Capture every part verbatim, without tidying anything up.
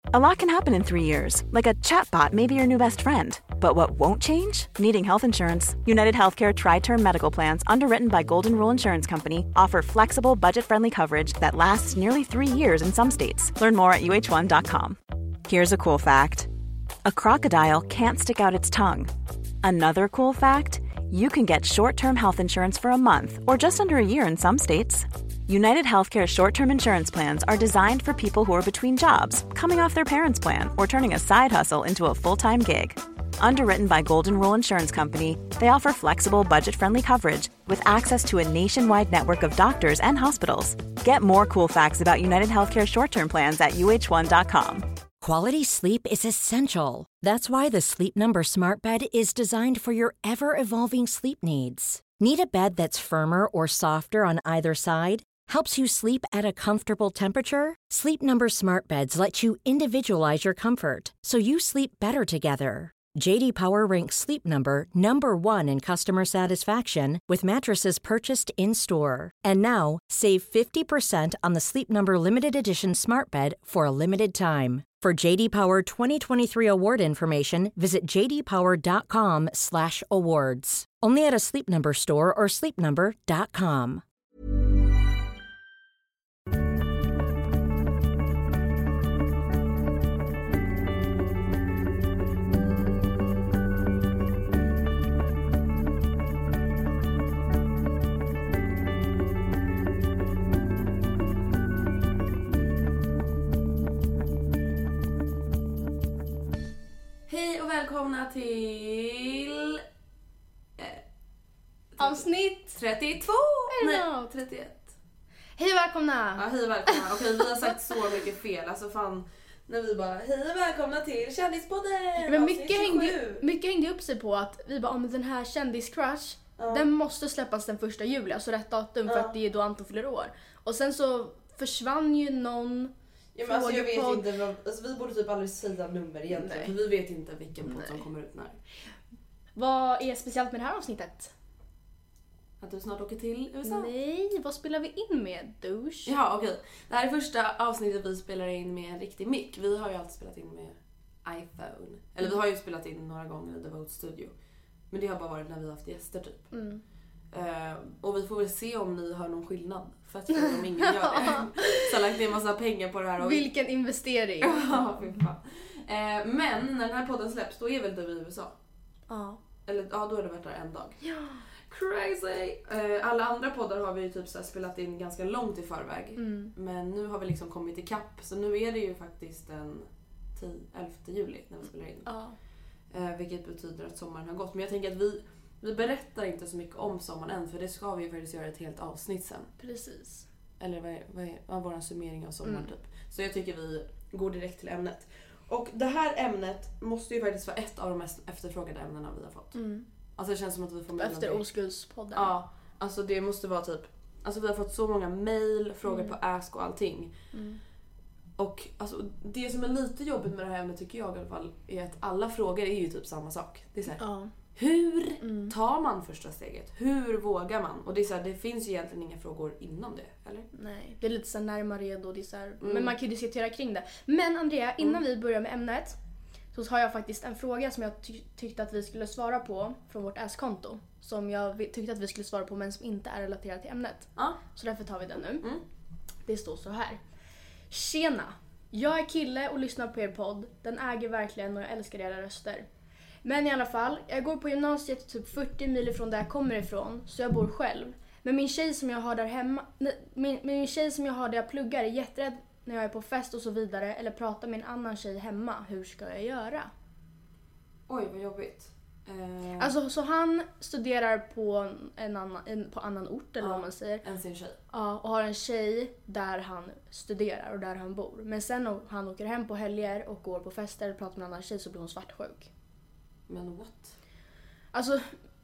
A lot can happen in three years, like a chatbot may be your new best friend. But what won't change? Needing health insurance. United Healthcare Tri-Term Medical Plans, underwritten by Golden Rule Insurance Company, offer flexible, budget-friendly coverage that lasts nearly three years in some states. Learn more at U H one dot com. Here's a cool fact. A crocodile can't stick out its tongue. Another cool fact, you can get short-term health insurance for a month or just under a year in some states. United Healthcare short-term insurance plans are designed for people who are between jobs, coming off their parents' plan, or turning a side hustle into a full-time gig. Underwritten by Golden Rule Insurance Company, they offer flexible, budget-friendly coverage with access to a nationwide network of doctors and hospitals. Get more cool facts about United Healthcare short-term plans at U H one dot com. Quality sleep is essential. That's why the Sleep Number Smart Bed is designed for your ever-evolving sleep needs. Need a bed that's firmer or softer on either side? Helps you sleep at a comfortable temperature? Sleep Number Smart Beds let you individualize your comfort, so you sleep better together. J D Power ranks Sleep Number number one in customer satisfaction with mattresses purchased in-store. And now, save fifty percent on the Sleep Number Limited Edition Smart Bed for a limited time. For J D Power twenty twenty-three award information, visit j d power dot com slash awards. Only at a Sleep Number store or sleep number dot com. Hej och välkomna till eh, avsnitt trettiotvå! Nej, no, trettioett. Hej och välkomna! Ja, hej och välkomna. Okej, vi har sagt så mycket fel. Alltså fan, när vi bara, hej och välkomna till Kändispodden! Men mycket hängde, mycket hängde upp sig på att vi bara, om den här kändiscrush, ja. Den måste släppas den första juli, alltså rätt datum, ja. För att det är då Anton fyller år. Och sen så försvann ju någon... Ja, men alltså, jag vet inte, vad, alltså, vi borde typ aldrig säga nummer egentligen. För vi vet inte vilken podd som kommer ut när. Vad är speciellt med det här avsnittet? Att du snart åker till U S A? Nej, vad spelar vi in med, douche? Ja, okej. Okay. Det här är första avsnittet vi spelar in med en riktig mick. Vi har ju alltid spelat in med iPhone. Eller mm. vi har ju spelat in några gånger i The Vote Studio. Men det har bara varit när vi har haft gäster typ. Mm. Uh, och vi får väl se om ni har någon skillnad. För att om ingen gör det. Så har lagt ner en massa pengar på det här. Och... Vilken investering. Ja, fy fan. Uh, men när den här podden släpps, då är väl du i U S A? Ja. Eller ja, då har du varit där en dag. Ja. Crazy! Uh, alla andra poddar har vi ju typ så här spelat in ganska långt i förväg. Mm. Men nu har vi liksom kommit i kapp. Så nu är det ju faktiskt den elfte juli när vi spelar in. Ja. Uh, vilket betyder att sommaren har gått. Men jag tänker att vi... Vi berättar inte så mycket om sommaren än, för det ska vi ju faktiskt göra ett helt avsnitt sen. Precis. Eller vad är, vad är, vad är vår summering av sommaren mm. typ. Så jag tycker vi går direkt till ämnet. Och det här ämnet måste ju faktiskt vara ett av de mest efterfrågade ämnena vi har fått. Mm. Alltså det känns som att vi får mejl. Efter Oskuldspodden. Ja, alltså det måste vara typ... Alltså vi har fått så många mejl, frågor mm. på Ask och allting. Mm. Och alltså, det som är lite jobbigt med det här ämnet tycker jag i alla fall är att alla frågor är ju typ samma sak. Det är så här, ja. Hur mm. tar man första steget? Hur vågar man? Och det är så här, det finns ju egentligen inga frågor innan det, eller? Nej, det är lite så närmare redo, det är så här, mm. men man kan ju diskutera kring det. Men Andrea, innan mm. vi börjar med ämnet så har jag faktiskt en fråga som jag ty- tyckte att vi skulle svara på från vårt Ask-konto. Som jag tyckte att vi skulle svara på men som inte är relaterat till ämnet. Ah. Så därför tar vi den nu. Mm. Det står så här. Tjena! Jag är kille och lyssnar på er podd. Den äger verkligen och jag älskar era röster. Men i alla fall, jag går på gymnasiet typ fyrtio mil ifrån där jag kommer ifrån, så jag bor själv. Men min tjej som jag har där hemma, min, min tjej som jag har där jag pluggar är jätterädd när jag är på fest och så vidare, eller pratar med en annan tjej hemma. Hur ska jag göra? Oj, vad jobbigt. Eh... Alltså, så han studerar på en annan, en, på annan ort, eller ja, vad man säger. En sin tjej. Ja, och har en tjej där han studerar och där han bor. Men sen när han åker hem på helger och går på fester och pratar med en annan tjej så blir hon svartsjuk. Men what? Alltså,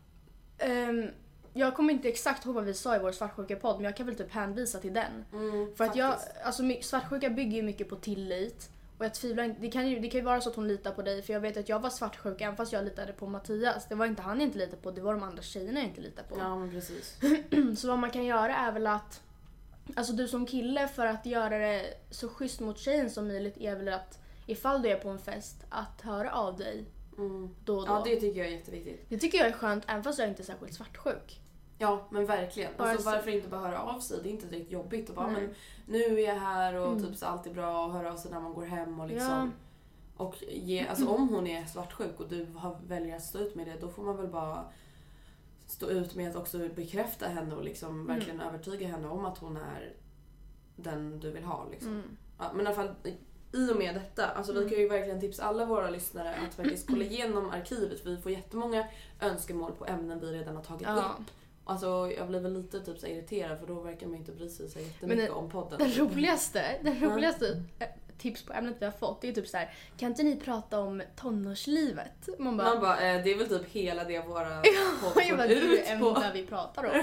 um, jag kommer inte exakt ihåg vad vi sa i vår svartsjuka-podd, men jag kan väl typ hänvisa till den. Mm, för att jag, alltså svartsjuka bygger ju mycket på tillit. Och jag tvivlar inte, det kan ju, det kan ju vara så att hon litar på dig, för jag vet att jag var svartsjuk även fast jag litade på Mattias. Det var inte han jag inte litade på, det var de andra tjejerna jag inte litade på. Ja, men precis. Så vad man kan göra är väl att, alltså du som kille, för att göra det så schysst mot tjejen som möjligt, är väl att ifall du är på en fest att höra av dig Mm. då och då. Ja, det tycker jag är jätteviktigt. Det tycker jag är skönt, även fast jag inte är särskilt svartsjuk. Ja, men verkligen. Bara Alltså, så- varför inte bara höra av sig? Det är inte direkt jobbigt och bara, Nej. men nu är jag här och Mm. typ så allt är bra och höra av sig när man går hem och liksom. Ja. Och ge, alltså om hon är svartsjuk och du har, väljer att stå ut med det, då får man väl bara stå ut med att också bekräfta henne och liksom Mm. verkligen övertyga henne om att hon är den du vill ha liksom. Mm. Ja, men i alla fall i och med detta, alltså vi kan ju verkligen tipsa alla våra lyssnare att faktiskt kolla igenom arkivet, för vi får jättemånga önskemål på ämnen vi redan har tagit Ja. upp. Alltså jag blev väl lite typ så irriterad, för då verkar man inte bry sig så jättemycket Men det- om podden. Den roligaste, den Ja. roligaste eh, tips på ämnet vi har fått, det är typ så här: kan inte ni prata om tonårslivet? Man bara, Man bara, eh, det är väl typ hela det våra podd jag går bara, det är ju ut på. enda vi pratar om.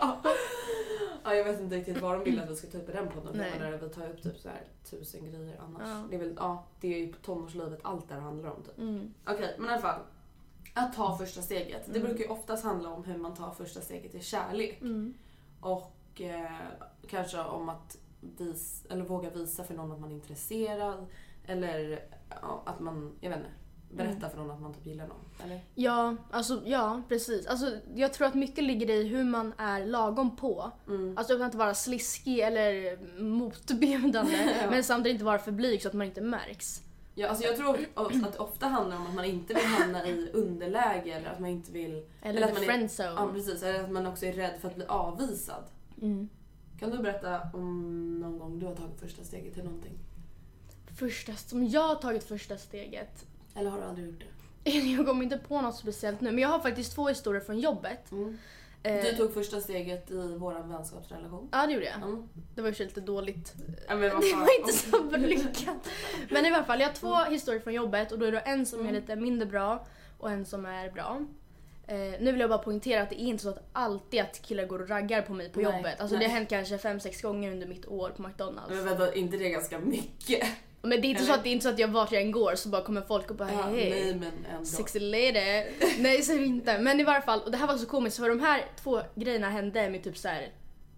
Ja, jag vet inte riktigt vad de vill att vi ska ta upp i den podden. Nej. Men vi tar upp typ så här tusen grejer annars. Ja. Det är väl, ja, det är ju tonårslivet allt det handlar om typ. Mm. Okej, men i alla fall. Att ta första steget. Det Mm. brukar ju oftast handla om hur man tar första steget till kärlek. Mm. Och eh, kanske om att vis, eller våga visa för någon att man är intresserad. Eller ja, att man, jag vet inte, berätta Mm. för någon att man typ gillar någon. Eller? Ja, alltså ja, precis. Alltså, jag tror att mycket ligger i hur man är lagom på. Mm. Alltså utan att vara sliskig eller motbjudande, Ja. men samtidigt inte vara för blyg så att man inte märks. Ja, alltså jag tror att det ofta handlar om att man inte vill hamna i underläge eller att man inte vill... Eller, att the man är, friendzone. ja, precis. Eller att man också är rädd för att bli avvisad. Mm. Kan du berätta om någon gång du har tagit första steget till någonting? Första, som jag har tagit första steget. Eller har du aldrig gjort det? Jag kommer inte på något speciellt nu, men jag har faktiskt två historier från jobbet. Mm. Eh, Du tog första steget i vår vänskapsrelation. Ja, det gjorde jag. Mm. Det var ju lite dåligt. Ja, men vad Det fan. var inte så lyckat. Men i alla fall, jag har två historier från jobbet och då är det en som är Mm. lite mindre bra och en som är bra. Eh, nu vill jag bara poängtera att det är inte så att alltid att killar går och raggar på mig på Nej, jobbet. Alltså nej. det har hänt kanske fem sex gånger under mitt år på McDonalds. Men vänta, inte det ganska mycket? Men det är inte så Eller? att det är inte så att jag vart jag än går så bara kommer folk och bara Ja, hej. nej, men ändå. Sexy lady. Nej, så är det inte. Men i varje fall, och det här var så komiskt för de här två grejerna hände med typ så här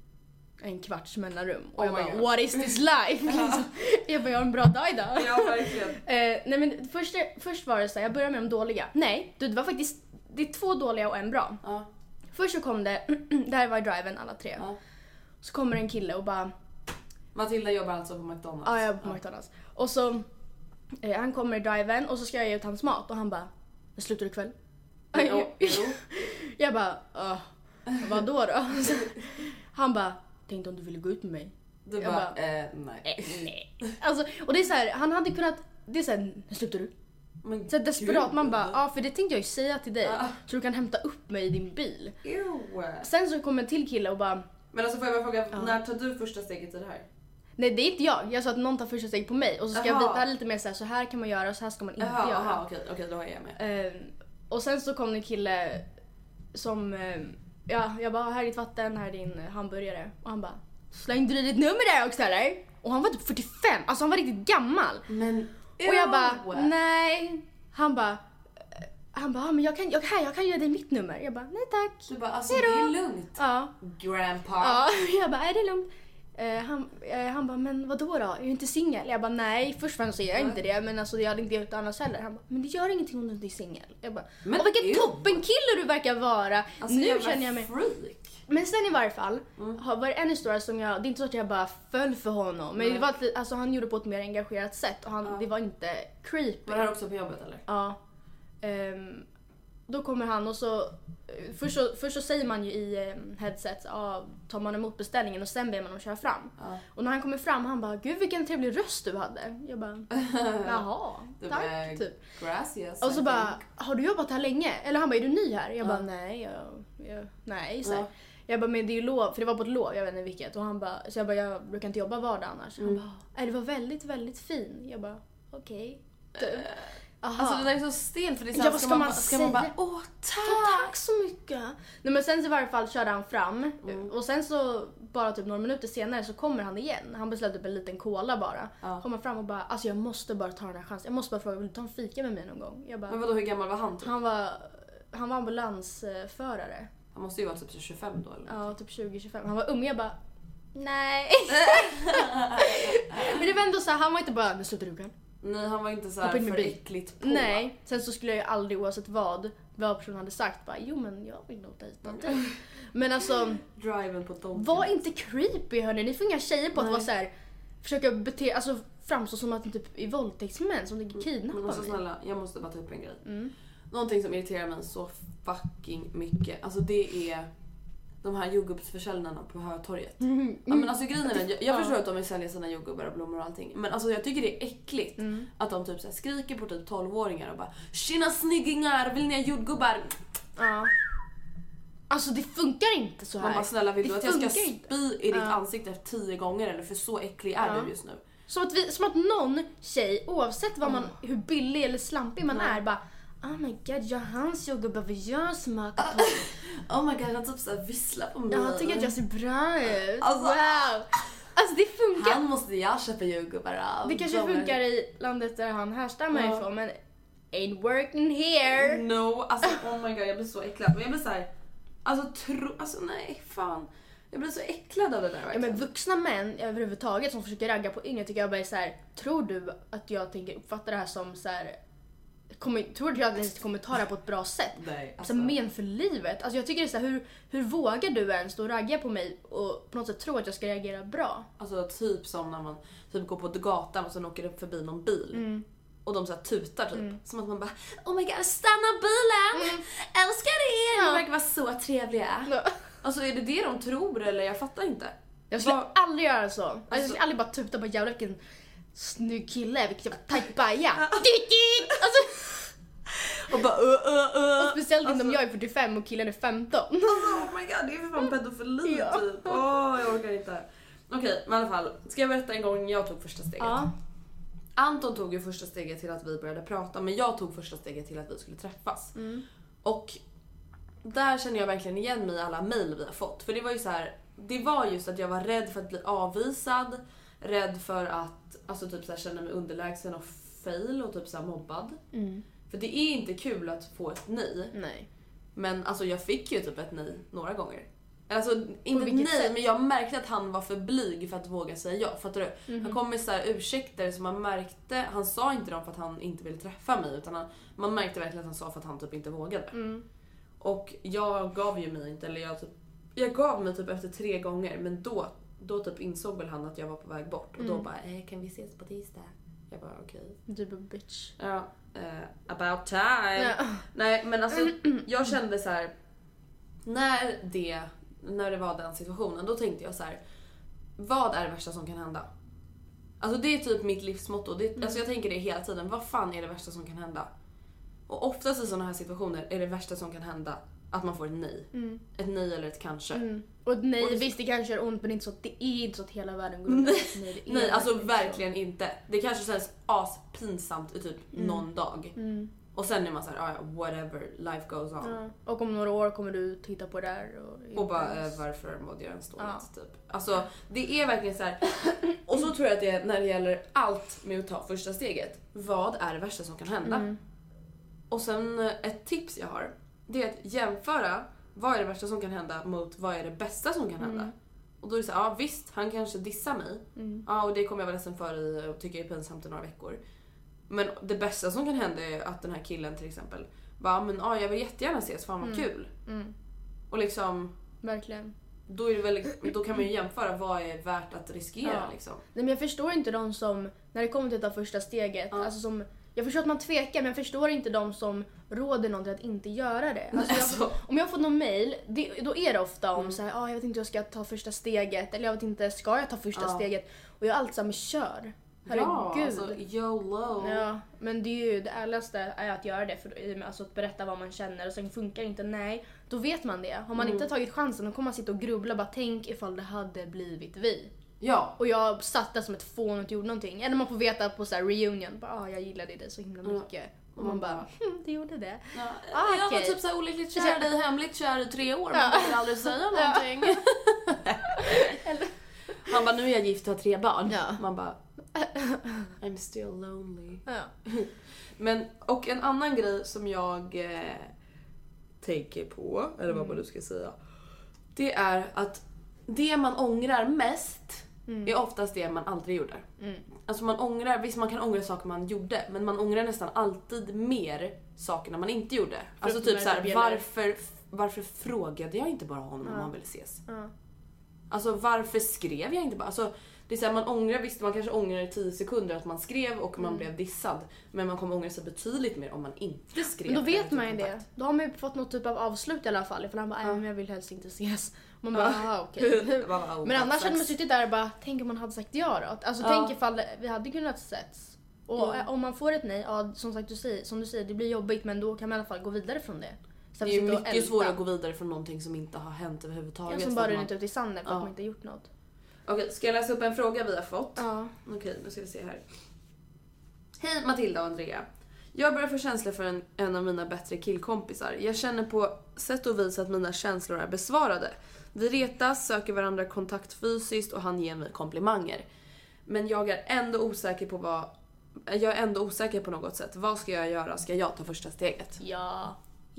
en kvarts mellanrum. Och Oh jag my bara, God. what is this life? Liksom. Jag bara, jag har en bra dag idag. Ja, verkligen. Eh, nej men först, först var det så här, jag började med de dåliga. Nej, du, det var faktiskt, det är två dåliga och en bra. Ja, Först så kom det, det här var i driven alla tre. ja. Så kommer en kille och bara, Matilda jobbar alltså på McDonalds. ja jag jobbar på McDonalds. Och så, eh, han kommer i driven och så ska jag ge ut hans mat och han bara, jag slutar ikväll. Jo, jo. Jag bara, uh, vad då då? Han bara, tänkte om du ville gå ut med mig. Du Jag bara, bara, eh, nej. Eh, nej. Alltså, och det är så här, han hade kunnat, det är så här, när slutar du? Men Så här desperat, gud. man bara, ja för det tänkte jag ju säga till dig. Ja. Så du kan hämta upp mig i din bil. Ew. Sen så kommer en till kille och bara, Men alltså får jag bara fråga, Ja. när tar du första steget i det här? nej det är inte jag. Jag sa att någon tar första steg på mig. Och så ska jag Jaha. visa lite mer så här, så här kan man göra och så här ska man inte Jaha, göra. aha, okej, okej, då är jag med. Ehm, och sen så kom det en kille som, ehm, ja, jag bara, här är ditt vatten, här är din hamburgare. Och han bara, slängde du ditt nummer där också eller? Och han var typ fyrtiofem, alltså han var riktigt gammal. Men Och jag bara, ew. nej. Han bara, han bara, men jag kan, jag, här, jag kan ge dig mitt nummer. Jag bara, nej tack. Du bara, alltså Hejdå. det är lugnt. Ja, Grandpa. ja. Jag bara, är det lugnt? Eh, han, eh, han bara, men vad då då? Är du inte singel? Jag bara, nej först och främst så är jag inte det. Men alltså jag hade inte gjort det annars heller. Han bara, men det gör ingenting om du inte är singel. Jag bara, Men och vilken ew. toppenkille du verkar vara. Alltså, Nu jävla känner jag mig. freak. Men sen i varje fall Mm. har varit en historia som jag, det är inte så att jag bara föll för honom. Men Nej. det var ett, alltså han gjorde på ett mer engagerat sätt och han, Ja. det var inte creepy. Var det här också på jobbet eller? Ja. Ehm, då kommer han och så först, så... först så säger man ju i um, headset, ja, tar man emot beställningen och sen ber man dem köra fram. Ja. Och när han kommer fram, han bara, gud vilken trevlig röst du hade. Jag bara, jaha, Du tack bara, typ. gracias. Och så I bara, think. har du jobbat här länge? Eller han bara, är du ny här? Jag Ja. bara, nej, jag, jag, nej. Så här. Ja. Jag bara, men det är ju lov, för det var på ett lov, jag vet inte vilket. Och han bara, så jag bara, jag brukar inte jobba vardag annars. Mm. Han bara, nej, det var väldigt, väldigt fin. Jag bara, okej. Typ. Aha. Alltså det där är så stelt för det är så Ja, här, vad ska ska man, man ska man bara, säga? åh Så tack. tack så mycket. Nej men sen så i varje fall körde han fram. Mm. Och sen så bara typ några minuter senare så kommer han igen. Han beställde typ en liten cola bara. Ja. Kommer fram och bara, alltså jag måste bara ta den här chansen. Jag måste bara fråga, vill du ta en fika med mig någon gång? Jag bara, Men vadå, hur gammal var han typ? han var, han var ambulansförare. Han måste ju vara typ tjugofem då eller? Ja, typ tjugo tjugofem. Han var ung, jag bara, nej. Men det var ändå så här, han var inte bara, nu slutar du kan. Nej, han var inte så här för äckligt på. Nej, sen så skulle jag ju aldrig oavsett vad vad personen hade sagt bara, jo men jag vill nog dejta dig. Men alltså, driven på Tom var inte creepy hörni. Ni får inga tjejer på att vara så här, försöka bete, alltså framstå som att ni typ är våldtäktsmän som tänker kidnappa mig. Men snälla, jag måste bara ta upp en grej. Mm. Någonting som irriterar mig så fucking mycket. Alltså det är de här jordgubbsförsäljarna på Hötorget. Mm. Ja, men alltså grejen är, jag, jag förstår att de vill sälja sina jordgubbar och blommor och allting. Men alltså jag tycker det är äckligt mm. att de typ så här skriker på typ tolvåringar och bara tjena snyggingar, vill ni ha jordgubbar? Ja. Alltså det funkar inte så här. Mamma snälla, vill du att jag ska spy inte. i ditt ja. ansikte tio gånger eller för så äcklig är ja. du just nu? Som att, vi, som att någon tjej, oavsett vad man, hur billig eller slampig man mm. är, bara oh my god, jag hans jordgubbar vill jag smaka på. Oh my god, han typ såhär visslar på mig. Ja, han tycker att jag ser bra ut. Alltså, wow. Alltså det funkar. Han måste jag köpa jordgubbar av. Det kanske funkar i landet där han härstammar ja. ifrån, men ain't working here. No, alltså oh my god, jag blir så äcklad. Men jag blir såhär, alltså tro, alltså nej, fan. Jag blir så äcklad av det där verkligen. Ja, men vuxna män överhuvudtaget som försöker ragga på yngre tycker jag bara är så här, tror du att jag tänker uppfatta det här som så här, kommer, tror du att jag ens kommer ta det på ett bra sätt? Nej, alltså. Så men för livet. Alltså jag tycker det är så här, hur, hur vågar du ens stå och ragga på mig och på något sätt tro att jag ska reagera bra? Alltså typ som när man typ går på gatan och sen åker det förbi någon bil. Mm. Och de så här tutar typ. Mm. Som att man bara, oh my god, stanna bilen! Mm. Älskar er! Ja. De verkar vara så trevliga. Ja. Alltså är det det de tror eller jag fattar inte. Jag skulle Var... aldrig göra så. Alltså... Jag skulle aldrig bara tuta på jävla vilken snygg kille, vilken jävla tajt baja. Alltså... Och bara uh, uh, uh. Och speciellt alltså... om jag är fyrtiofem och killen är femton. Alltså, oh my god, det är för fan pedofili ja. typ. Åh, oh, jag orkar inte. Okej, okay, men i alla fall. Ska jag berätta en gång jag tog första steget? Ja. Anton tog ju första steget till att vi började prata, men jag tog första steget till att vi skulle träffas. Mm. Och där känner jag verkligen igen mig i alla mejl vi har fått. För det var ju så här, det var just att jag var rädd för att bli avvisad, rädd för att alltså typ så här, känna mig underlägsen och fail och typ så här mobbad. Mm. För det är inte kul att få ett nej. Nej. Men alltså jag fick ju typ ett nej några gånger. Alltså inte nej, sätt? Men jag märkte att han var för blyg för att våga säga ja. Fattar du? Mm-hmm. Han kom med så här ursäkter som man märkte, han sa inte dem för att han inte ville träffa mig, utan han, man märkte verkligen att han sa för att han typ inte vågade. Mm. Och jag gav ju mig inte, eller jag typ, jag gav mig typ efter tre gånger, men då då typ insåg väl han att jag var på väg bort. Och mm. då bara, eh, kan vi ses på tisdag? Jag bara, okej. Okay. Du bara, bitch. Ja, uh, about time. Ja. Nej, men alltså, jag kände så här, när det, när det var den situationen, då tänkte jag så här, vad är det värsta som kan hända? Alltså det är typ mitt livsmotto. Det, mm. Alltså jag tänker det hela tiden, vad fan är det värsta som kan hända? Och oftast i sådana här situationer är det värsta som kan hända att man får ett nej. Mm. Ett nej eller ett kanske. Mm. Och ett nej, och det, visst det kanske är ont, men inte så att det är inte så att hela världen går under. Nej, nej alltså verkligen så. Inte. Det kanske känns aspinsamt i typ mm. någon dag. Mm. Och sen är man såhär, ah, whatever, life goes on. Ja. Och om några år kommer du titta på det där. Och, och bara, äh, varför mådde jag ens dåligt ja. typ. Alltså, det är verkligen så här. Och så tror jag att det är när det gäller allt med att ta första steget. Vad är det värsta som kan hända? Mm. Och sen ett tips jag har, det är att jämföra vad är det värsta som kan hända mot vad är det bästa som kan hända. Mm. Och då är det så här, ja visst, han kanske dissar mig. Mm. Ja, och det kommer jag vara ledsen för i och tycker är pinsamt i några veckor. Men det bästa som kan hända är att den här killen till exempel bara, men ja, jag vill jättegärna ses, fan vad mm. kul. Mm. Och liksom verkligen. Då är det väl, då kan man ju jämföra vad är värt att riskera ja. liksom. Nej, men jag förstår inte de som när det kommer till att ta första steget, ja. alltså som jag förstår att man tvekar, men jag förstår inte de som råder någon till att inte göra det. Alltså alltså. Jag, om jag får någon mail, det, då är det ofta om mm. så här, ah, jag vet inte hur jag ska ta första steget, eller jag vet inte, ska jag ta första ja. steget? Och jag är alltid så här, men kör. Herregud. Ja, alltså YOLO. Ja, men det är ju det ärligaste är att göra det, för alltså att berätta vad man känner, och sen funkar inte, nej, då vet man det. Har man mm. inte tagit chansen, då kommer man sitta och grubbla, bara tänk ifall det hade blivit vi. Ja. Och jag satt där som ett fån och inte gjorde någonting. Eller man får veta på så här reunion, bara, ah, jag gillade dig så himla mycket. Mm. Och man bara, hm, det gjorde det. Ja. Ah, jag okay. var typ så här olyckligt kär i dig, hemligt kär i tre år, men man vill aldrig säga någonting. Eller... Man bara, nu är jag gift och har tre barn. Ja. Man bara, I'm still lonely. Ja. Men, och en annan grej som jag eh, tänker på, eller vad mm. man nu ska säga, det är att det man ångrar mest mm. är oftast det man aldrig gjorde. Mm. Alltså man ångrar, visst man kan ångra saker man gjorde, men man ångrar nästan alltid mer sakerna man inte gjorde. För alltså typ så här, varför, varför frågade jag inte bara honom ja. om han ville ses? Ja. Alltså varför skrev jag inte bara? Alltså, det är så här, man ångrar, visst man kanske ångrar i tio sekunder att man skrev och man mm. blev dissad. Men man kommer ångra sig betydligt mer om man inte skrev. Men då vet man ju det. Då har man ju fått något typ av avslut i alla fall. Ifall han bara, ja. men jag vill helst inte ses. Man bara, ja. okej. Okay. Men annars hade man suttit där och bara, tänk om man hade sagt ja då. Alltså ja. tänk ifall vi hade kunnat setts. Och ja. om man får ett nej, ja, som sagt du säger, som du säger, det blir jobbigt, men då kan man i alla fall gå vidare från det. Så det är ju mycket svårare att gå vidare från någonting som inte har hänt överhuvudtaget. Ja, som bara runt ut i sanden för ja. att man inte gjort något. Okej, ska jag läsa upp en fråga vi har fått? Ja. Okej, nu ska vi se här. Hej Matilda och Andrea. Jag börjar få känslor för en, en av mina bättre killkompisar. Jag känner på sätt och vis att mina känslor är besvarade. Vi retas, söker varandra kontakt fysiskt och han ger mig komplimanger. Men jag är ändå osäker på vad... Jag är ändå osäker på något sätt. Vad ska jag göra? Ska jag ta första steget? Ja.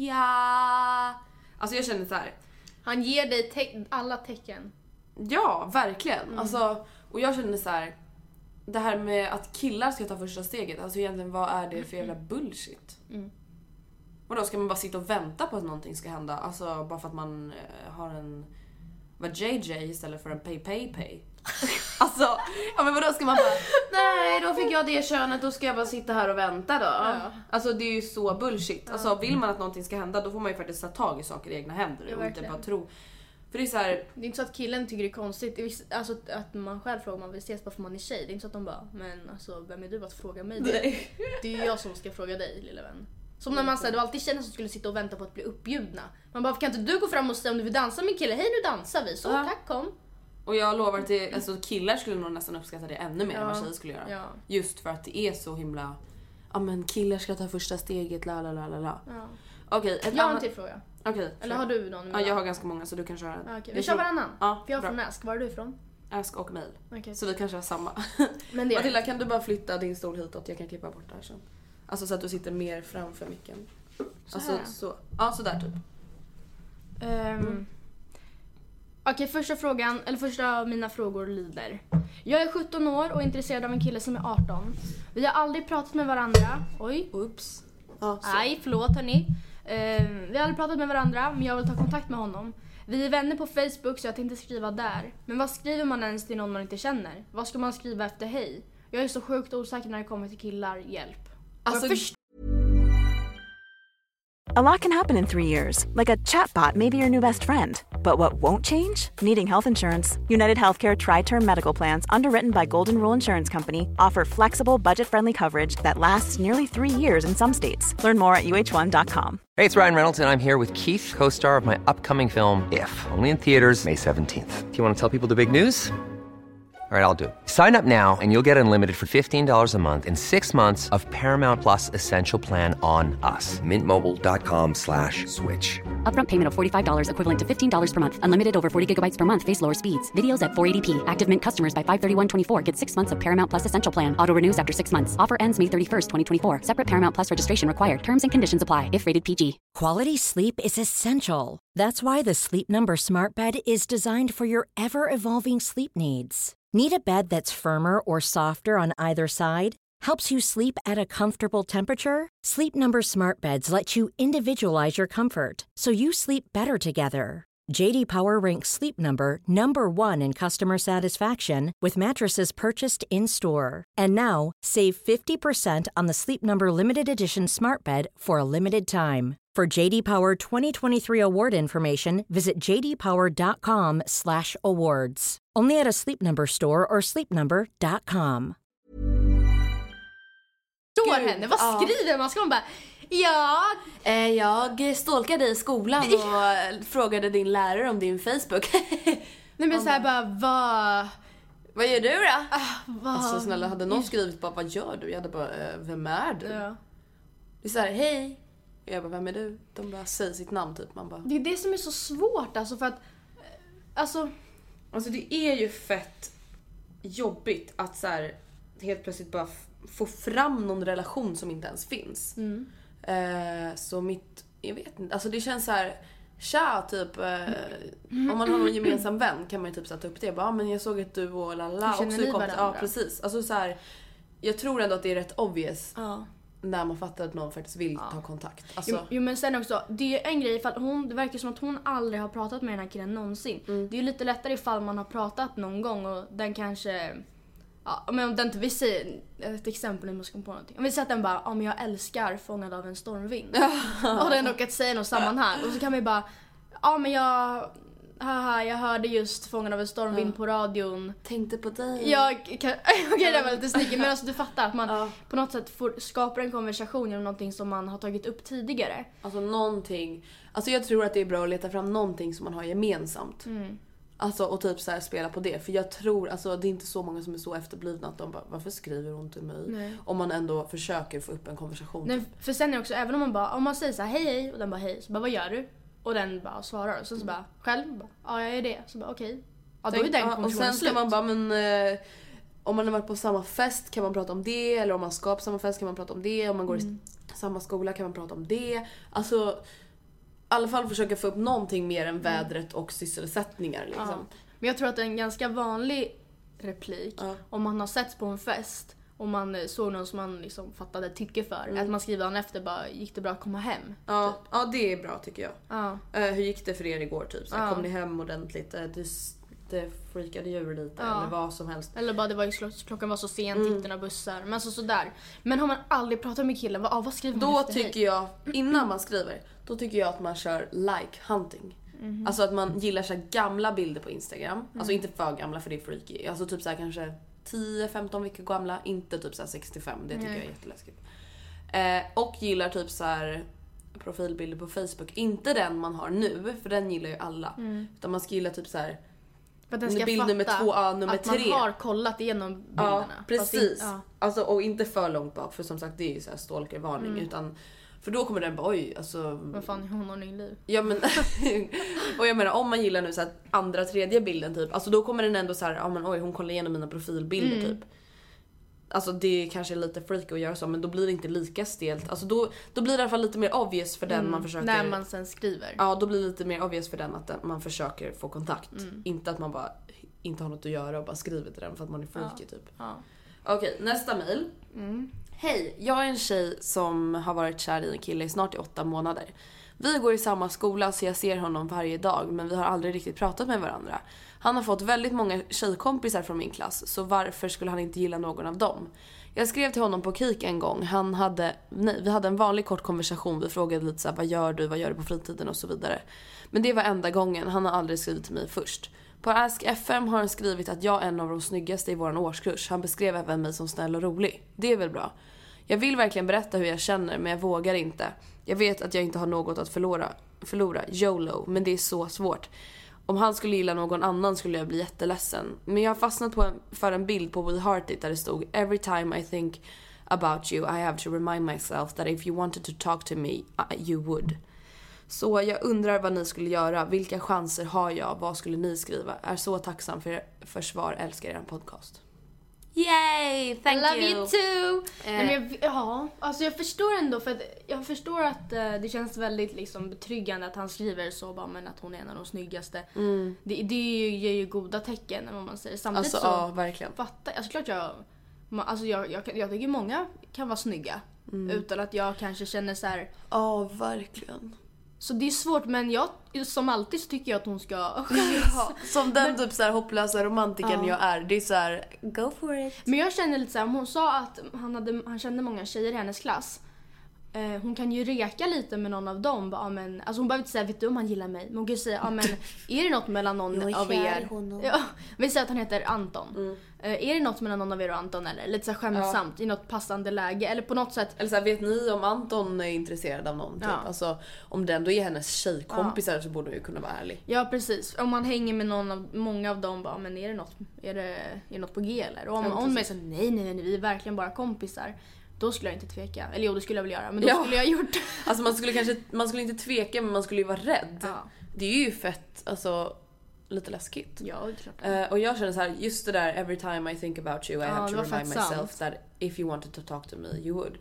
Ja. Alltså jag känner så här. Han ger dig te- alla tecken. Ja, verkligen. Mm. Alltså, och jag känner så här. Det här med att killar ska ta första steget. Alltså egentligen, vad är det för jävla bullshit? Mm. Och då ska man bara sitta och vänta på att någonting ska hända. Alltså bara för att man uh, har en... Vad J J istället för en pay pay pay. Alltså, ja men vadå ska man bara... Nej, då fick jag det könet, då ska jag bara sitta här och vänta då. Ja. Alltså det är ju så bullshit. Alltså vill man att någonting ska hända, då får man ju faktiskt ta tag i saker i egna händer. Ja, och inte bara tro... För det är så här... Det är inte så att killen tycker det är konstigt. Alltså att man själv frågar om man vill ses bara för man är tjej. Det är inte så att de bara, men alltså vem är du att fråga mig det? Nej. Det är ju jag som ska fråga dig, lilla vän. Som när man säger, det var alltid tjejer som skulle sitta och vänta på att bli uppbjudna. Man bara, kan inte du gå fram och säga om du vill dansa med en kille? Hej, nu dansar vi. Så, ja. tack, kom. Och jag lovar att det, alltså, killar skulle nog nästan uppskatta det ännu mer ja. än vad tjejer skulle göra. Ja. Just för att det är så himla... Ja, men killar ska ta första steget, la la la la la. Ja. Okej, okay, jag har en till fråga. Okay, Eller har du någon? Ja, jag har ganska många så du kan köra. Okay, vi, vi kör varannan. Ja, för jag är från Ask. Var är du ifrån? Ask och mail. Okay. Så vi kanske har samma. Men det Matilda, kan du bara flytta din stol hitåt? Jag kan klippa bort det här sen. Alltså så att du sitter mer framför micken. Så alltså här. så. Ja, så där typ. Um, mm. Okej, okay, första frågan, eller första av mina frågor lyder. Jag är sjutton år och är intresserad av en kille som är arton. Vi har aldrig pratat med varandra. Oj, ups. Ja, nej, förlåt hörni. Um, vi har aldrig pratat med varandra, men jag vill ta kontakt med honom. Vi är vänner på Facebook så jag tänkte skriva där. Men vad skriver man ens till någon man inte känner? Vad ska man skriva efter hej? Jag är så sjukt osäker när det kommer till killar, hjälp. Alltså, först- A lot can happen in three years, like a chatbot may be your new best friend. But what won't change? Needing health insurance. United Healthcare Tri-Term Medical Plans, underwritten by Golden Rule Insurance Company, offer flexible, budget-friendly coverage that lasts nearly three years in some states. Learn more at U H one dot com. Hey, it's Ryan Reynolds, and I'm here with Keith, co-star of my upcoming film, If, only in theaters May seventeenth. Do you want to tell people the big news? All right, I'll do it. Sign up now and you'll get unlimited for fifteen dollars a month and six months of Paramount Plus Essential Plan on us. Mint Mobile dot com slash switch. Upfront payment of forty-five dollars equivalent to fifteen dollars per month. Unlimited over forty gigabytes per month. Face lower speeds. Videos at four eighty p. Active Mint customers by five thirty-one twenty-four get six months of Paramount Plus Essential Plan. Auto renews after six months. Offer ends May thirty-first, twenty twenty-four. Separate Paramount Plus registration required. Terms and conditions apply if rated P G. Quality sleep is essential. That's why the Sleep Number Smart Bed is designed for your ever-evolving sleep needs. Need a bed that's firmer or softer on either side? Helps you sleep at a comfortable temperature? Sleep Number Smart Beds let you individualize your comfort, so you sleep better together. J D Power ranks Sleep Number number one in customer satisfaction with mattresses purchased in-store. And now, save fifty percent on the Sleep Number Limited Edition Smart Bed for a limited time. For J D Power twenty twenty-three award information, visit j d power dot com slash awards. Only at a Sleep Number store or sleep number dot com. Står henne, vad skriver ja. man? Ska man bara, ja... Eh, jag stalkade dig i skolan och frågade din lärare om din Facebook. Nej men såhär bara, vad... Vad gör du då? Ah, vad... Alltså snälla, hade någon skrivit bara, vad gör du? Jag hade bara, eh, vem är du? Ja. Det är såhär, hej. Jag bara, vem är du? De bara säger sitt namn typ. Man bara... Det är det som är så svårt alltså för att... Alltså... Alltså det är ju fett jobbigt att så här, helt plötsligt bara f- få fram någon relation som inte ens finns. Mm. Eh, så mitt, jag vet inte, alltså det känns så här, tja, typ eh, om man har någon gemensam vän kan man ju typ sätta upp det. Bara, ah, men jag såg att du och lalla också känner ni kom. varandra? Ja, precis. Alltså så här, jag tror ändå att det är rätt obvious Ja. när man fattar att någon faktiskt vill ta kontakt. Alltså, Jo, jo men sen också, det är en grej ifall hon, det verkar som att hon aldrig har pratat med den här killen någonsin. Mm. Det är ju lite lättare ifall man har pratat någon gång och den kanske, ja men om den inte, vi säger ett exempel om man ska komma på någonting. Om vi säger att den bara, ja men jag älskar Fångad av en stormvind. Och den råkat säga i något sammanhang. Och så kan vi bara, ja men jag, haha jag hörde just Fångad av en stormvind Ja. på radion. tänkte på dig. Jag kan, okej det var lite snickigt men alltså du fattar att man Ja. på något sätt får, skapar en konversation genom någonting som man har tagit upp tidigare. Alltså någonting. Alltså jag tror att det är bra att leta fram någonting som man har gemensamt. Mm. Alltså och typ så här spela på det. För jag tror, alltså det är inte så många som är så efterblivna att de bara, varför skriver hon till mig? Nej. Om man ändå försöker få upp en konversation. Nej, för sen är det också, även om man bara, om man säger så här, hej hej och den bara hej, så bara vad gör du? Och den bara svarar och sen så bara, själv? Bara, ja jag är det. Så bara okej. Ja då är den ja, och konversationen sen ska slut. man bara, men eh, om man har varit på samma fest kan man prata om det. Eller om man ska på samma fest kan man prata om det. Om man går Mm. i samma skola kan man prata om det. Alltså i alla fall försöka få upp någonting mer än vädret och sysselsättningar liksom. Ja. Men jag tror att det är en ganska vanlig replik Ja. om man har sett på en fest och man eh, såg någon som man liksom fattade tycke för. Mm. Att man skriver dagen efter bara, gick det bra att komma hem? Ja, ja, det är bra tycker jag. Ja. Eh, hur gick det för er igår typ? Så här, Ja. kom ni hem ordentligt? Eh, det, det freakade djur lite Ja. eller vad som helst. Eller bara det var ju kl- klockan var så sent, Mm. gick det några bussar. Men alltså sådär. Men har man aldrig pratat med killen, vad, ah, vad skriver man Då efter tycker hej? jag, innan man skriver, då tycker jag att man kör like hunting. Mhm. Alltså att man gillar så här gamla bilder på Instagram. Alltså Mm. inte för gamla för det är freaky. Alltså typ så här kanske tio femton veckor gamla, inte typ så här sextiofem. Det tycker Nej. jag är jätteläskigt. Eh, och gillar typ så här profilbilder på Facebook. Inte den man har nu, för den gillar ju alla. Utan man ska gilla typ så här För att den ska bild fatta nummer två, ja, nummer att tre. man har kollat igenom bilderna. Ja, Fast precis. in- ja. Alltså, och inte för långt bak, för som sagt det är ju så här stalkervarning. Mm. Utan, för då kommer den bara oj, alltså... Vad fan är hon och liv? Ja men, och jag menar om man gillar nu så här andra, tredje bilden typ. Alltså då kommer den ändå så här, ja men oj hon kollar igenom mina profilbilder Mm. typ. Alltså det kanske är lite freaky att göra så, men då blir det inte lika stelt. Alltså då, då blir det i alla fall lite mer obvious för den man försöker... När man sen skriver. Ja, då blir det lite mer obvious för den att den- man försöker få kontakt. Mm. Inte att man bara inte har något att göra och bara skriver till den för att man är freaky typ. Ja. Okej, nästa mejl. Mm. Hej, jag är en tjej som har varit kär i en kille i snart i åtta månader. Vi går i samma skola så jag ser honom varje dag, men vi har aldrig riktigt pratat med varandra. Han har fått väldigt många tjejkompisar från min klass, så varför skulle han inte gilla någon av dem? Jag skrev till honom på Kik en gång. Han hade, nej, vi hade en vanlig kort konversation. Vi frågade lite så här, vad gör du, vad gör du på fritiden och så vidare. Men det var enda gången. Han har aldrig skrivit till mig först. På Ask F M har han skrivit att jag är en av de snyggaste i våran årskurs. Han beskrev även mig som snäll och rolig. Det är väl bra. Jag vill verkligen berätta hur jag känner, men jag vågar inte. Jag vet att jag inte har något att förlora, förlora YOLO, men det är så svårt. Om han skulle gilla någon annan skulle jag bli jätteledsen. Men jag har fastnat på en, för en bild på We Heart It där det stod Every time I think about you I have to remind myself that if you wanted to talk to me I, you would. Så jag undrar vad ni skulle göra. Vilka chanser har jag? Vad skulle ni skriva? Är så tacksam för, för svar. Älskar er podcast. Yay! Thank I love you! you too! Eh. Nej, men jag, ja, alltså jag förstår ändå för att jag förstår att eh, det känns väldigt liksom betryggande att han skriver så bara, men att hon är en av de snyggaste. Mm. Det, det ger ju goda tecken om man säger. Samtidigt Alltså så ja, verkligen. fattar alltså klart jag ma- alltså jag, jag, jag, jag tycker många kan vara snygga utan att jag kanske känner så här. Ja, verkligen. Så det är svårt, men jag som alltid så tycker jag att hon ska Ja, som den typ så här hopplösa romantiken Ja. jag är. Det är så här, go for it. Men jag känner lite så här, om hon sa att han, hade, han kände många tjejer i hennes klass. Eh, hon kan ju reka lite med någon av dem. Bara, ja, men, alltså hon behöver inte säga, vet du om han gillar mig? Men hon kan ju säga, ja, men, är det något mellan någon Jag är av kär i er? honom. Ja, vi säger att han heter Anton. Mm. Eh, är det något mellan någon av er och Anton? Eller lite så här skämtsamt, i något passande läge? Eller på något sätt. Eller så här, vet ni om Anton är intresserad av någon? Typ? Ja. Alltså, om den då är hennes tjejkompisar så borde hon ju kunna vara ärlig. Ja, precis. Om man hänger med någon av, många av dem, bara, men är det något, är det, är det något på G eller? Och om, Ja, om de är precis. så, nej, nej, nej, vi är verkligen bara kompisar. Då skulle jag inte tveka. Eller jo, det skulle jag väl göra. Men då Ja. skulle jag ha gjort. Alltså man skulle kanske, man skulle inte tveka men man skulle ju vara rädd. Ja. Det är ju fett, alltså lite läskigt. Ja, det är klart. Eh, och jag känner så här, just det där every time I think about you I Ja, have det to var remind fett myself sant. that if you wanted to talk to me you would.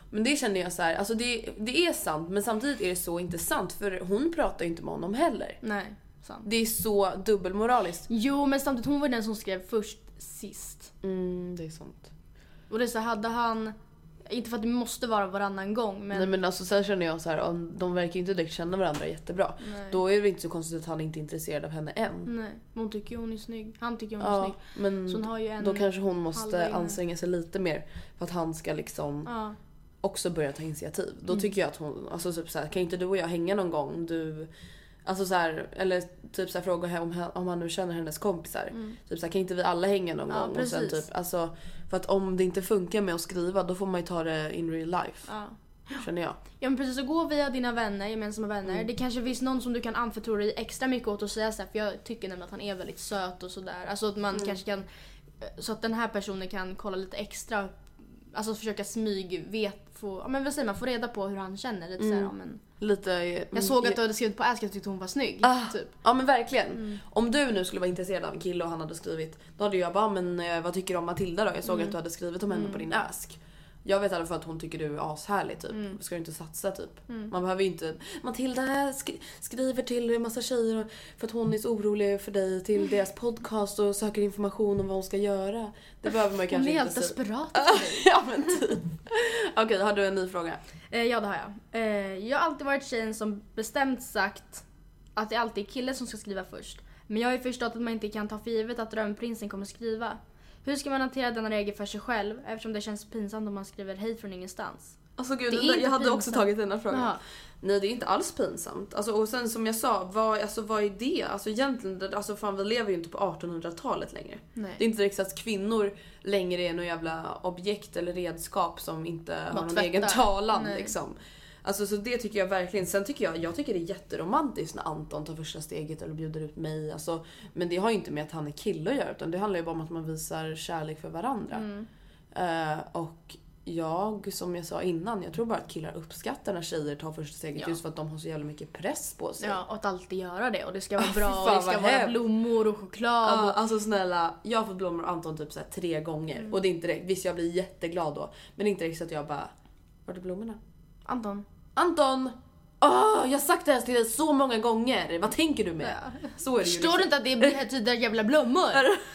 Men det känner jag så här, alltså det, det är sant, men samtidigt är det så inte sant, för hon pratar ju inte med honom heller. Nej, sant. Det är så dubbelmoraliskt. Jo, men samtidigt hon var den som skrev först sist. Mm, det är sant. Och det är så, hade han, inte för att det måste vara varannan gång, men... Nej, men alltså sen känner jag så här, om de verkar inte direkt känna varandra jättebra. Nej. Då är det inte så konstigt att han inte är intresserad av henne än. Nej, hon tycker hon är snygg. Han tycker hon är Ja, snygg. men Så hon har ju en då kanske hon måste halva inne. anstränga sig lite mer för att han ska liksom Ja. också börja ta initiativ. Då Mm. tycker jag att hon, alltså typ så här, kan inte du och jag hänga någon gång? Du, alltså så här, eller typ så här, fråga om, om han nu känner hennes kompisar. Mm. Typ så här, kan inte vi alla hänga någon Ja, gång? Och sen precis. typ, alltså, för att om det inte funkar med att skriva, då får man ju ta det in real life. Ja. Känner jag. Ja, men precis, så gå via dina vänner, gemensamma vänner. Mm. Det kanske finns någon som du kan anförtro dig extra mycket åt och säga så här, för jag tycker nämligen att han är väldigt söt och sådär. Alltså att man Mm. kanske kan, så att den här personen kan kolla lite extra, alltså försöka smyg, vet, få, ja men vad säger man, få reda på hur han känner lite så här, ja, men Lite, jag såg att du hade skrivit på Ask, jag tyckte hon var snygg, Ah, typ. Ja men verkligen. Om du nu skulle vara intresserad av en kille och han hade skrivit, då hade jag bara, men eh, vad tycker du om Matilda då? Jag såg att du hade skrivit om henne på din Ask. Jag vet i alla fall att hon tycker du är ashärlig typ. Ska du inte satsa typ? Man behöver ju inte, Matilda sk- skriver till en massa tjejer för att hon är så orolig för dig till deras podcast och söker information om vad hon ska göra. Det behöver man ju Hon kanske är inte helt säga. desperat. Ja men typ. Okej, har du en ny fråga? Eh, ja, det har jag. Eh, jag har alltid varit tjejen som bestämt sagt att det alltid är killen som ska skriva först. Men jag har ju förstått att man inte kan ta för givet att drömprinsen kommer skriva. Hur ska man hantera denna regel för sig själv, eftersom det känns pinsamt om man skriver hej från ingenstans? Alltså gud, Det är jag inte hade också pinsamt. tagit den här frågan. Jaha. Nej, det är inte alls pinsamt. Alltså, och sen som jag sa, vad, alltså, vad är det? Alltså egentligen, det- alltså fan vi lever ju inte på artonhundratalet längre. Nej. Det är inte direkt så att kvinnor längre är någon jävla objekt eller redskap som inte har någon tvättar. egen talan Nej. liksom. Alltså så det tycker jag verkligen. Sen tycker jag, jag tycker det är jätteromantiskt när Anton tar första steget eller bjuder ut mig. Alltså, men det har ju inte med att han är kille att göra, utan det handlar ju bara om att man visar kärlek för varandra. Mm. Eh, och jag, som jag sa innan, jag tror bara att killar uppskattar när tjejer tar första steget Ja. just för att de har så jävla mycket press på sig. Ja, och att alltid göra det. Och det ska vara Ah, bra, fy och fan, det ska vad vara hemskt. blommor och choklad. Ja, Och... alltså snälla, jag har fått blommor av Anton typ så här tre gånger. Mm. Och det är inte direkt, visst jag blir jätteglad då. Men det är inte direkt så att jag bara, var är blommorna? Anton. Anton! Åh, jag har sagt det här till dig så många gånger. Vad tänker du med? Ja. Så är det ju Förstår du liksom. inte att det betyder jävla blommor?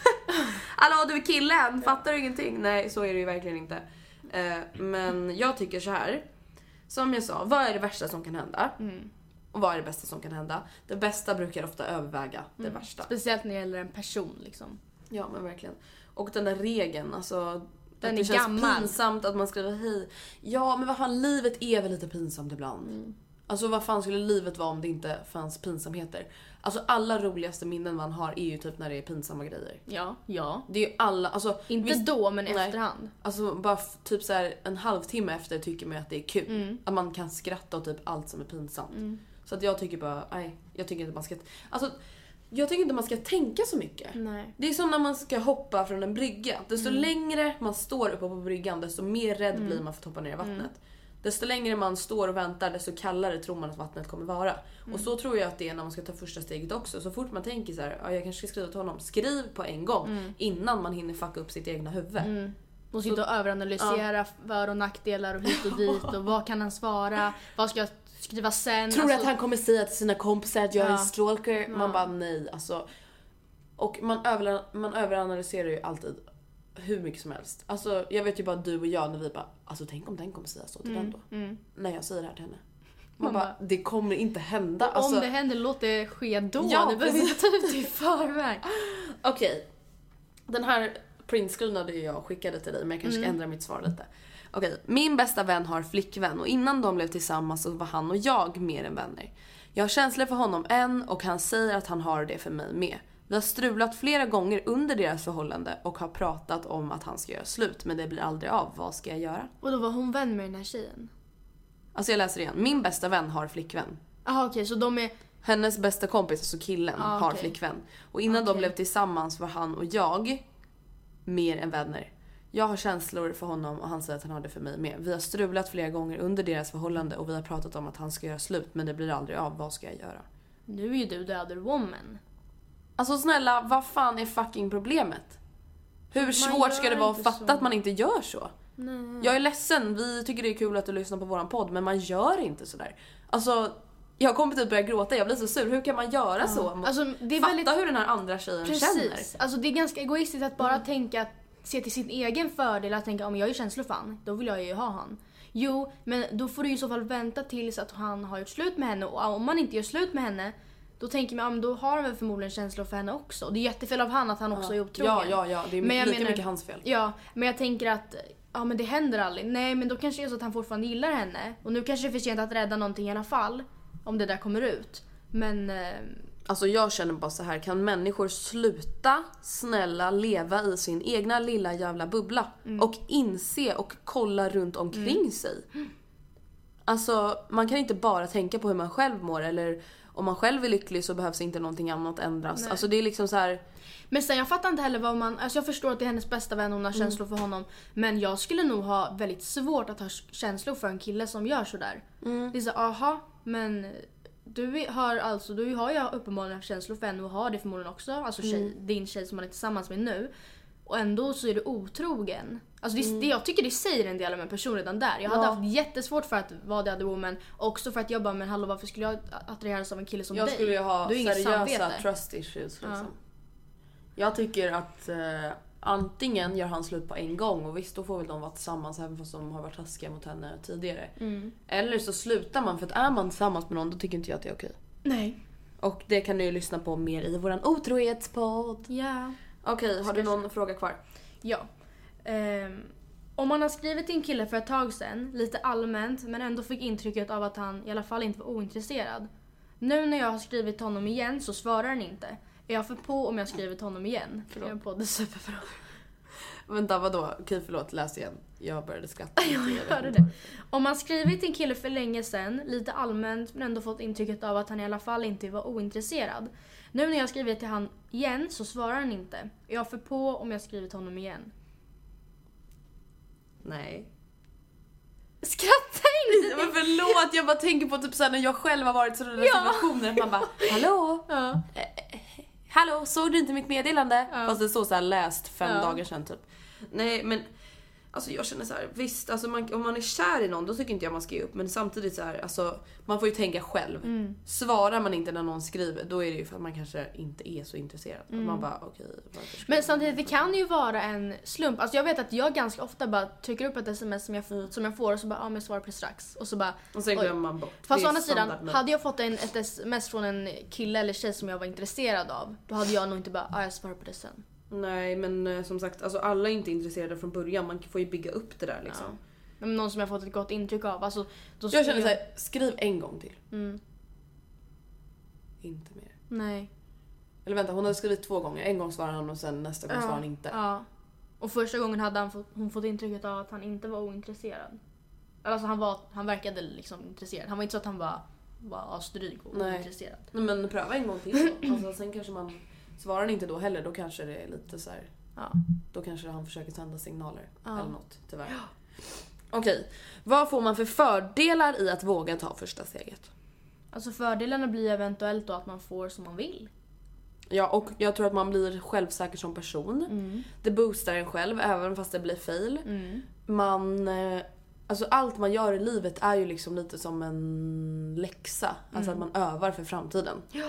Hallå, du är killen, fattar du ingenting? Nej, så är det ju verkligen inte. Eh, men jag tycker så här. Som jag sa, vad är det värsta som kan hända? Mm. Och vad är det bästa som kan hända? Det bästa brukar ofta överväga det värsta. Speciellt när det gäller en person liksom. Ja, men verkligen. Och den där regeln, alltså... Den att är det känns gammal. pinsamt att man skriver hej. Ja, men vad fan, livet är väl lite pinsamt ibland. Mm. Alltså vad fan skulle livet vara om det inte fanns pinsamheter? Alltså alla roligaste minnen man har är ju typ när det är pinsamma grejer. Ja, ja. Det är ju alla, alltså... Inte visst- då, men nej. efterhand. Alltså bara f- typ så här en halvtimme efter tycker man att det är kul. Mm. Att man kan skratta åt typ allt som är pinsamt. Så att jag tycker bara, nej, jag tycker inte man ska... Alltså, jag tycker inte man ska tänka så mycket. Nej. Det är som när man ska hoppa från en brygga. Desto Mm. längre man står uppe på bryggan, desto mer rädd blir man för att hoppa ner i vattnet. Mm. Desto längre man står och väntar, desto kallare tror man att vattnet kommer vara. Mm. Och så tror jag att det är när man ska ta första steget också. Så fort man tänker så här, ja, jag kanske ska skriva till honom. Skriv på en gång innan man hinner fucka upp sitt egna huvud. Mm. Och sitta och överanalysera för- och nackdelar och hit och dit. Och vad kan han svara? Vad ska jag skriva sen? Tror du Alltså, att han kommer säga till sina kompisar att jag är en Ja. stalker? Man Ja. bara nej, alltså. Och man, över, man överanalyserar ju alltid hur mycket som helst. Alltså jag vet ju bara du och jag när vi bara, alltså tänk om den kommer säga så till den då. mm. När jag säger det här till henne. Man, Man bara, bara, det kommer inte hända. Alltså, Om det händer, låt det ske då. Ja, du behöver precis. inte ta ut det i förväg. Okej, den här printscreenade jag skickade till dig, men jag kanske ska ändra mitt svar lite. Okej, min bästa vän har flickvän och innan de blev tillsammans så var han och jag mer än vänner. Jag har känslor för honom än och han säger att han har det för mig med. Vi har strulat flera gånger under deras förhållande och har pratat om att han ska göra slut, men det blir aldrig av. Vad ska jag göra? Och då var hon vän med den här tjejen? Alltså jag läser igen. Min bästa vän har flickvän. Jaha, okej, så de är... Hennes bästa kompis, alltså killen, Ah, har okej. flickvän. Och innan de Okej. blev tillsammans var han och jag mer än vänner. Jag har känslor för honom och han säger att han har det för mig med. Vi har strulat flera gånger under deras förhållande och vi har pratat om att han ska göra slut, men det blir aldrig av. Vad ska jag göra? Nu är ju du the other woman. Alltså snälla, vad fan är fucking problemet? Hur svårt ska gör det vara att inte fatta så. att man inte gör så? Nej. Jag är ledsen, vi tycker det är kul att du lyssnar på våran podd, men man gör inte sådär. Alltså, jag kommer typ börja gråta, jag blir så sur. Hur kan man göra ja. så? Alltså, det är Fatta väldigt... hur den här andra tjejen Precis. känner. Alltså det är ganska egoistiskt att bara mm. tänka att se till sin egen fördel, att tänka om jag är känslofan, då vill jag ju ha han. Jo, men då får du i så fall vänta tills att han har gjort slut med henne, och om man inte gör slut med henne, då tänker man, då har han väl förmodligen känslor för henne också. Det är jättefel av han att han också ja. är otrogen. Ja, ja, ja, det är men lika menar, mycket hans fel. Ja, men jag tänker att ja, men det händer aldrig. Nej, men då kanske det är så att han fortfarande gillar henne, och nu kanske det är för sent att rädda någonting i alla fall, om det där kommer ut. Men eh... alltså jag känner bara så här, kan människor sluta snälla leva i sin egna lilla jävla bubbla mm. och inse och kolla runt omkring mm. sig. Alltså man kan inte bara tänka på hur man själv mår, eller om man själv är lycklig så behövs inte någonting annat ändras. Nej. Alltså det är liksom så här. Men sen jag fattar inte heller vad man, alltså jag förstår att det är hennes bästa vän, hon har mm. känslor för honom, men jag skulle nog ha väldigt svårt att ha känslor för en kille som gör så där. Mm. Det är så aha, men du har alltså du har ju uppenbarligen känslor för henne och har det förmodligen också, alltså tjej, mm. din tjej som man är tillsammans med nu, och ändå så är du otrogen. Alltså det, mm. det, jag tycker det säger en del om en person redan där. Jag hade ja. haft jättesvårt för att vara the other woman, också för att jag bara, men hallå, varför skulle jag attraheras av en kille som jag dig? Jag skulle ju ha du är seriösa trust issues liksom. Ja. Jag tycker att eh, antingen gör han slut på en gång, och visst då får väl de vara tillsammans även fast de har varit taskiga mot henne tidigare. Mm. Eller så slutar man, för att är man tillsammans med någon, då tycker inte jag att det är okej. Nej. Och det kan ni ju lyssna på mer i våran otrohetspodd. Ja. Okej, har du någon fråga kvar? Ja. Um, om man har skrivit till en kille för ett tag sedan, lite allmänt, men ändå fick intrycket av att han i alla fall inte var ointresserad. Nu när jag har skrivit honom igen så svarar han inte. Är jag för på om jag skrivit honom igen? Förlåt. Jag är på det superbra. Vänta, vadå? Okej, förlåt, läs igen. Jag började skratta. Jag hörde det. Om man skrivit till en kille för länge sedan, lite allmänt, men ändå fått intrycket av att han i alla fall inte var ointresserad. Nu när jag skrivit till han igen så svarar han inte. Är jag för på om jag skrivit honom igen? Nej. Skratta inte! Men förlåt, jag bara tänker på typ såhär när jag själv har varit i sådana ja. situationer. Man bara, hallå? Ja. Eh, hallå, såg du inte mitt meddelande? Ja. Fast det står så här läst fem ja. dagar sedan typ. Nej, men alltså jag känner så här, visst, alltså man, om man är kär i någon, då tycker inte jag man ska ge upp. Men samtidigt så här, alltså man får ju tänka själv. Mm. Svarar man inte när någon skriver, då är det ju för att man kanske inte är så intresserad. Mm. Man bara, okej. Okay, men samtidigt, det kan ju vara en slump. Alltså jag vet att jag ganska ofta bara trycker upp ett sms som jag, som jag får, och så bara, ja men jag svarar på det strax. Och så bara, och sen glömmer man bort. Fast å andra sidan, hade jag fått en, ett sms från en kille eller tjej som jag var intresserad av, då hade jag nog inte bara, ja jag svarar på det sen. Nej, men som sagt, alltså alla är inte intresserade från början. Man får ju bygga upp det där liksom. Ja. Men någon som jag fått ett gott intryck av. Alltså, då jag känner jag... så här, skriv en gång till. Mm. Inte mer. Nej. Eller vänta, hon hade skrivit två gånger. En gång svarade han och sen nästa gång ja. svarade han inte. Ja. Och första gången hade han fått, hon fått intrycket av att han inte var ointresserad. Alltså han, var, han verkade liksom intresserad. Han var inte så att han var, var asdryg och Nej. ointresserad. Nej, men pröva en gång till då. Alltså, sen kanske man... Svarar han inte då heller, då kanske det är lite så här. Ja. Då kanske han försöker sända signaler ja. eller något, tyvärr. Ja. Okej, vad får man för fördelar i att våga ta första steget? Alltså fördelarna blir eventuellt då att man får som man vill. Ja, och jag tror att man blir självsäker som person. Mm. Det boostar en själv, även fast det blir fail. Mm. Man... Alltså allt man gör i livet är ju liksom lite som en läxa. Alltså mm. att man övar för framtiden. Ja.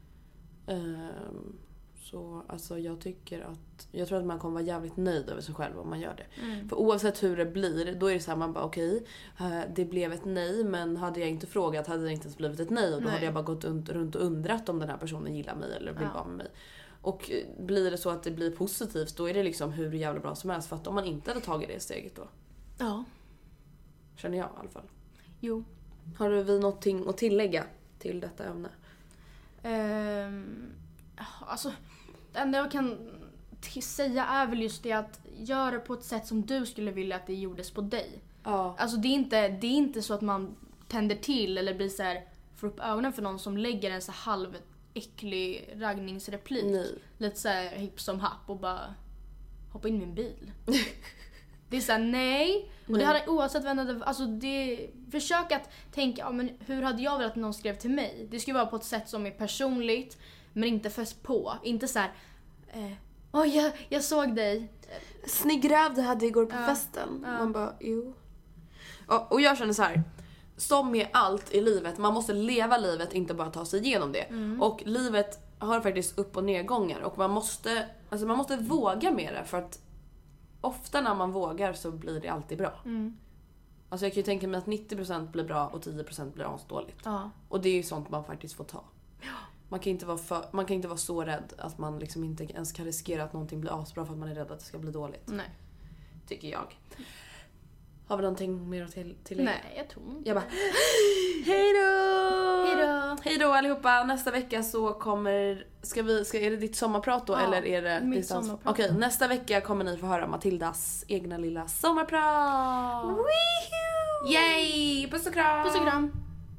Um, så alltså jag tycker att jag tror att man kommer vara jävligt nöjd över sig själv om man gör det. Mm. För oavsett hur det blir, då är det så här, man bara okej, okay, det blev ett nej, men hade jag inte frågat hade det inte ens blivit ett nej, och då nej. hade jag bara gått runt och undrat om den här personen gillar mig eller vill ja. vara med mig. Och blir det så att det blir positivt, då är det liksom hur jävla bra som helst. För att om man inte hade tagit det steget då. Ja. Känner jag i alla fall. Jo. Har du vi någonting att tillägga till detta ämne? Um, alltså det enda jag kan t- säga är väl just det att göra det på ett sätt som du skulle vilja att det gjordes på dig. Ja. Alltså det är inte, det är inte så att man tänder till eller blir så här, får upp ögonen för någon som lägger en så halv äcklig raggningsreplik. Nej. Lite så här hipp som happ och bara hoppa in i min bil. Det är såhär, nej. Och nej. Det hade oavsett vem det, alltså det, försök att tänka, ja, men hur hade jag velat att någon skrev till mig? Det ska vara på ett sätt som är personligt, men inte fäst på. Inte såhär, eh, Oh, jag, jag såg dig. Snygg röv du hade igår på Ja. festen. Ja. Man bara, jo. Och, och jag känner så här. Som med allt i livet, man måste leva livet, inte bara ta sig igenom det. Mm. Och livet har faktiskt upp- och nedgångar. Och man måste, alltså man måste våga med det. För att ofta när man vågar så blir det alltid bra. Mm. Alltså jag kan ju tänka mig att nittio procent blir bra och tio procent blir asdåligt. Ja. Och det är ju sånt man faktiskt får ta. Man kan inte vara, för, man kan inte vara så rädd att man liksom inte ens kan riskera att någonting blir asbra för att man är rädd att det ska bli dåligt. Nej. Tycker jag. Har vi någonting mer att till, tillägga? Nej, jag tror inte. Jag bara, hej då! Hej då! Hej då allihopa! Nästa vecka så kommer, ska vi, ska, är det ditt sommarprat då Ja, eller är det mitt distans? sommarprat. Okej, nästa vecka kommer ni få höra Matildas egna lilla sommarprat! Woohoo! Yay! Puss och kram! Puss och kram!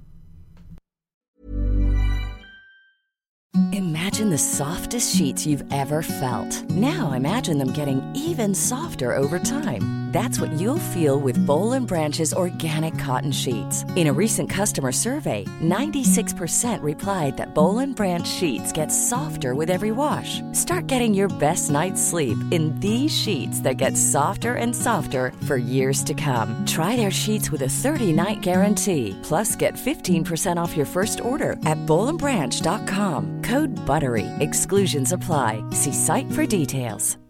Imagine the softest sheets you've ever felt. Now imagine them getting even softer over time. That's what you'll feel with Boll and Branch's organic cotton sheets. In a recent customer survey, ninety-six percent replied that Boll and Branch sheets get softer with every wash. Start getting your best night's sleep in these sheets that get softer and softer for years to come. Try their sheets with a thirty-night guarantee. Plus, get fifteen percent off your first order at boll and branch dot com. Code BUTTERY. Exclusions apply. See site for details.